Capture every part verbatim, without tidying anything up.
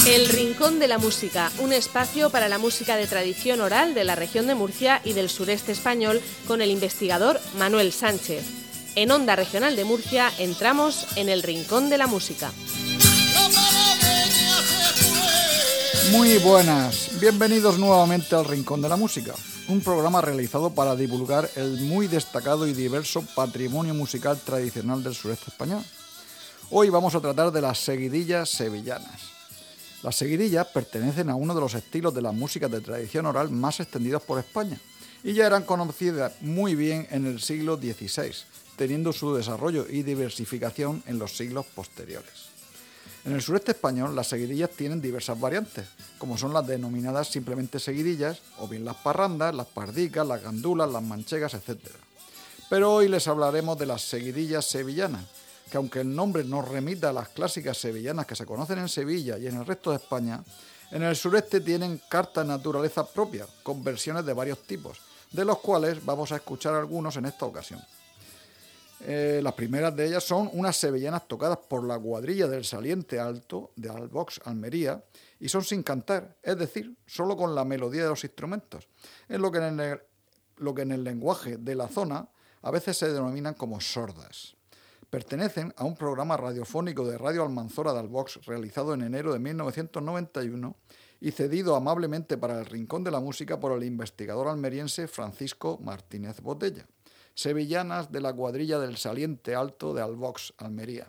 El Rincón de la Música, un espacio para la música de tradición oral de la región de Murcia y del sureste español con el investigador Manuel Sánchez. En Onda Regional de Murcia entramos en el Rincón de la Música. Muy buenas, bienvenidos nuevamente al Rincón de la Música, un programa realizado para divulgar el muy destacado y diverso patrimonio musical tradicional del sureste español. Hoy vamos a tratar de las seguidillas sevillanas. Las seguidillas pertenecen a uno de los estilos de la música de tradición oral más extendidos por España y ya eran conocidas muy bien en el siglo dieciséis, teniendo su desarrollo y diversificación en los siglos posteriores. En el sureste español las seguidillas tienen diversas variantes, como son las denominadas simplemente seguidillas, o bien las parrandas, las pardicas, las gandulas, las manchegas, etcétera. Pero hoy les hablaremos de las seguidillas sevillanas, que aunque el nombre nos remita a las clásicas sevillanas que se conocen en Sevilla y en el resto de España, en el sureste tienen carta de naturaleza propia, con versiones de varios tipos, de los cuales vamos a escuchar algunos en esta ocasión. Eh, las primeras de ellas son unas sevillanas tocadas por la cuadrilla del Saliente Alto de Albox, Almería, y son sin cantar, es decir, solo con la melodía de los instrumentos, en lo que en el, lo que en el lenguaje de la zona a veces se denominan como sordas. Pertenecen a un programa radiofónico de Radio Almanzora de Albox realizado en enero de mil novecientos noventa y uno y cedido amablemente para el Rincón de la Música por el investigador almeriense Francisco Martínez Botella. Sevillanas de la cuadrilla del Saliente Alto de Albox, Almería.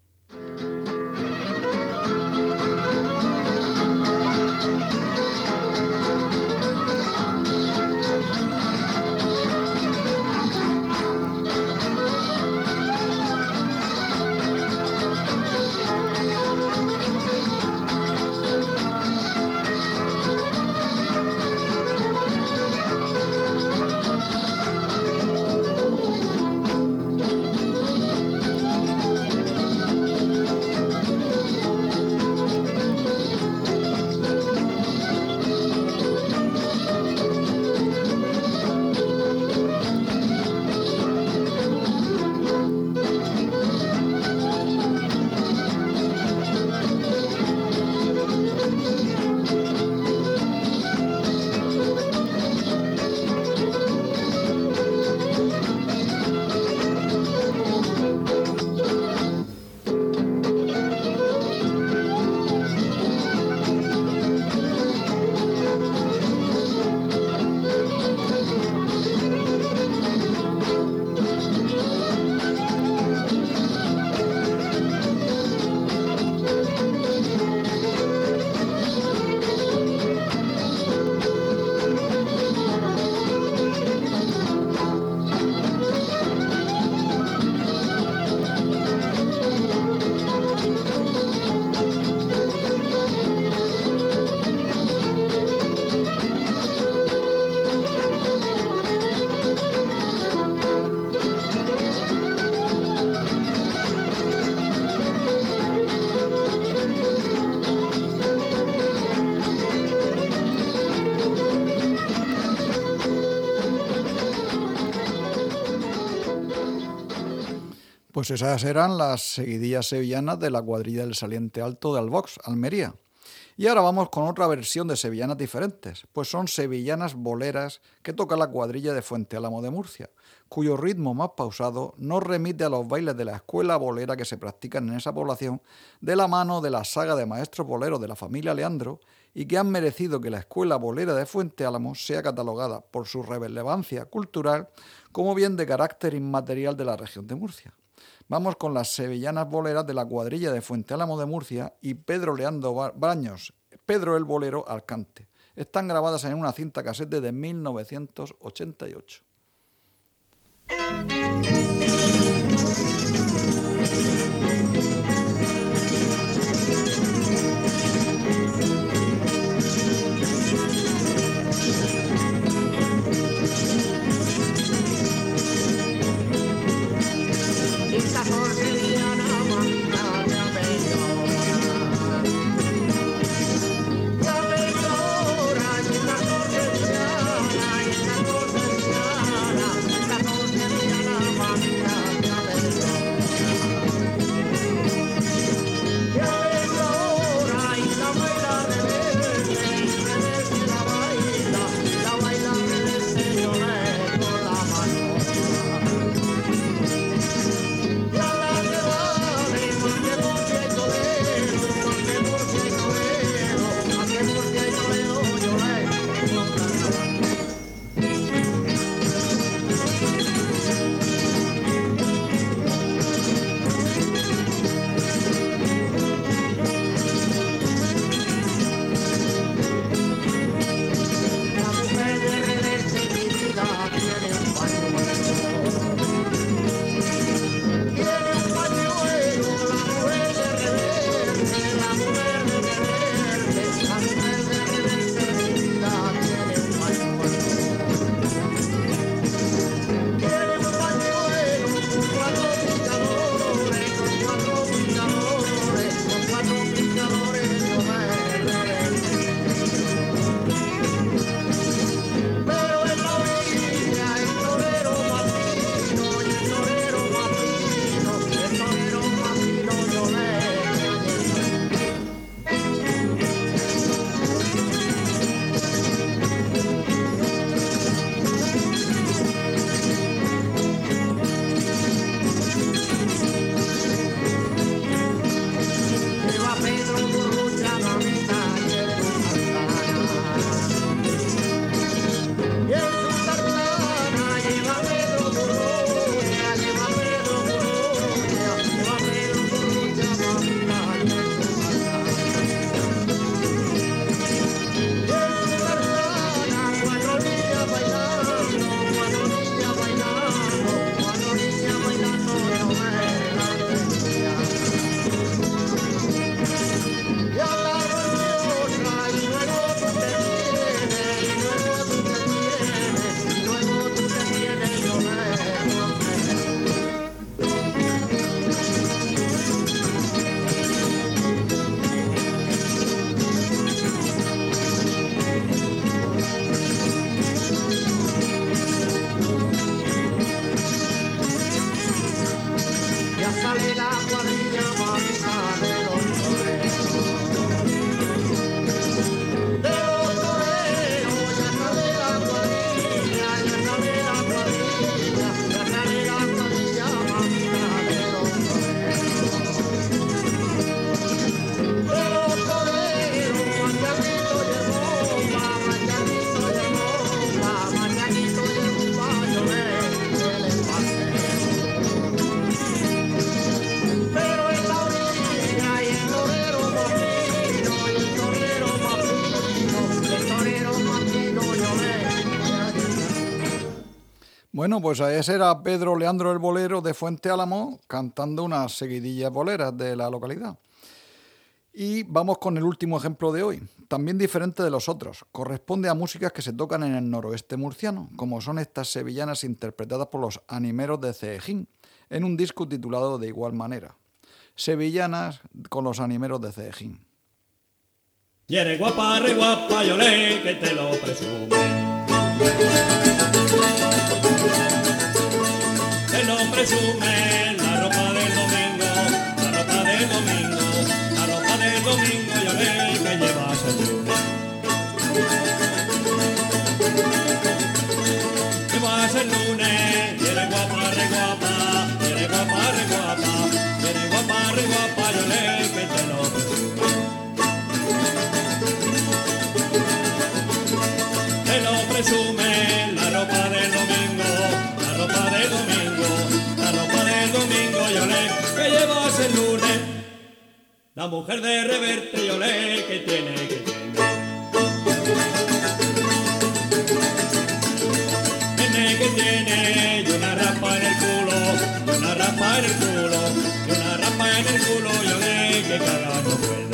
Pues esas eran las seguidillas sevillanas de la cuadrilla del Saliente Alto de Albox, Almería. Y ahora vamos con otra versión de sevillanas diferentes, pues son sevillanas boleras que toca la cuadrilla de Fuente Álamo de Murcia, cuyo ritmo más pausado nos remite a los bailes de la escuela bolera que se practican en esa población de la mano de la saga de maestros boleros de la familia Leandro y que han merecido que la escuela bolera de Fuente Álamo sea catalogada por su relevancia cultural como bien de carácter inmaterial de la región de Murcia. Vamos con las sevillanas boleras de la cuadrilla de Fuente Álamo de Murcia y Pedro Leandro Baños, Pedro el Bolero al cante. Están grabadas en una cinta casete de mil novecientos ochenta y ocho. Esta Bueno, pues ese era Pedro Leandro el Bolero de Fuente Álamo cantando unas seguidillas boleras de la localidad. Y vamos con el último ejemplo de hoy, también diferente de los otros. Corresponde a músicas que se tocan en el noroeste murciano, como son estas sevillanas interpretadas por los Animeros de Ceejín, en un disco titulado de igual manera. Sevillanas con los Animeros de Ceejín. Y eres guapa, re guapa, yo le que te lo presume. Te lo presume la ropa del domingo, la ropa del domingo, la ropa del domingo, yo le que llevas el lunes. Llevas el lunes, y eres guapa, re guapa, y eres guapa, re guapa, y eres guapa, re guapa, yo le que te lo presume. Te lo presume la ropa del domingo, la ropa del domingo, la ropa del domingo, yo le que llevas el lunes. La mujer de Reverte, yo le que tiene, que tiene. Tiene que tiene, y una rapa en el culo, y una rapa en el culo, y una rapa en el culo, yo le que cagar no puede.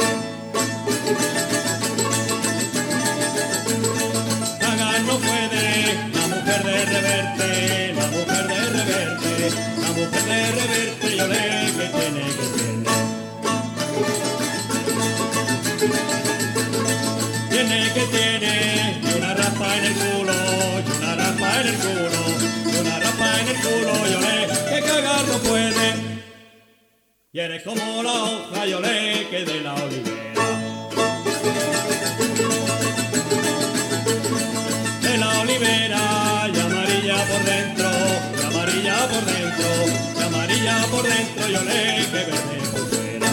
No puede, la mujer de Reverte, la mujer de Reverte, la mujer de Reverte, yo le que tiene, que tiene. Tiene que tiene, y una rapa en el culo, y una rapa en el culo, y una rapa en el culo, yo le que cagar no puede. Y eres como la hoja, yo le que de la olivera. La olivera y amarilla por dentro, y amarilla por dentro, y amarilla por dentro, yo le que verde por fuera.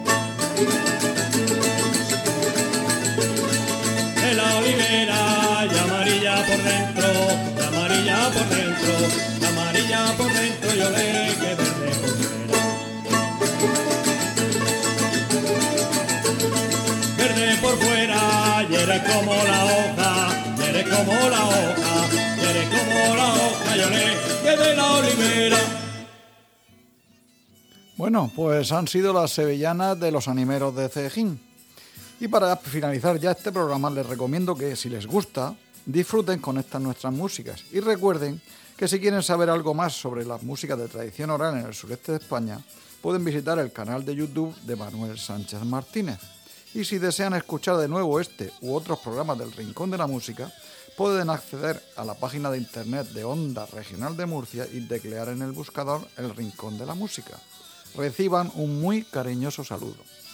De la olivera y amarilla por dentro, y amarilla por dentro, y amarilla por dentro, yo le que verde por fuera. Verde por fuera y eres como la hoja, eres como la hoja, eres como la hoja, yo le que de la olivera. Bueno, pues han sido las sevillanas de los Animeros de Ceejín. Y para finalizar ya este programa les recomiendo que, si les gusta, disfruten con estas nuestras músicas. Y recuerden que si quieren saber algo más sobre las músicas de tradición oral en el sureste de España, pueden visitar el canal de YouTube de Manuel Sánchez Martínez. Y si desean escuchar de nuevo este u otros programas del Rincón de la Música, pueden acceder a la página de internet de Onda Regional de Murcia y teclear en el buscador El Rincón de la Música. Reciban un muy cariñoso saludo.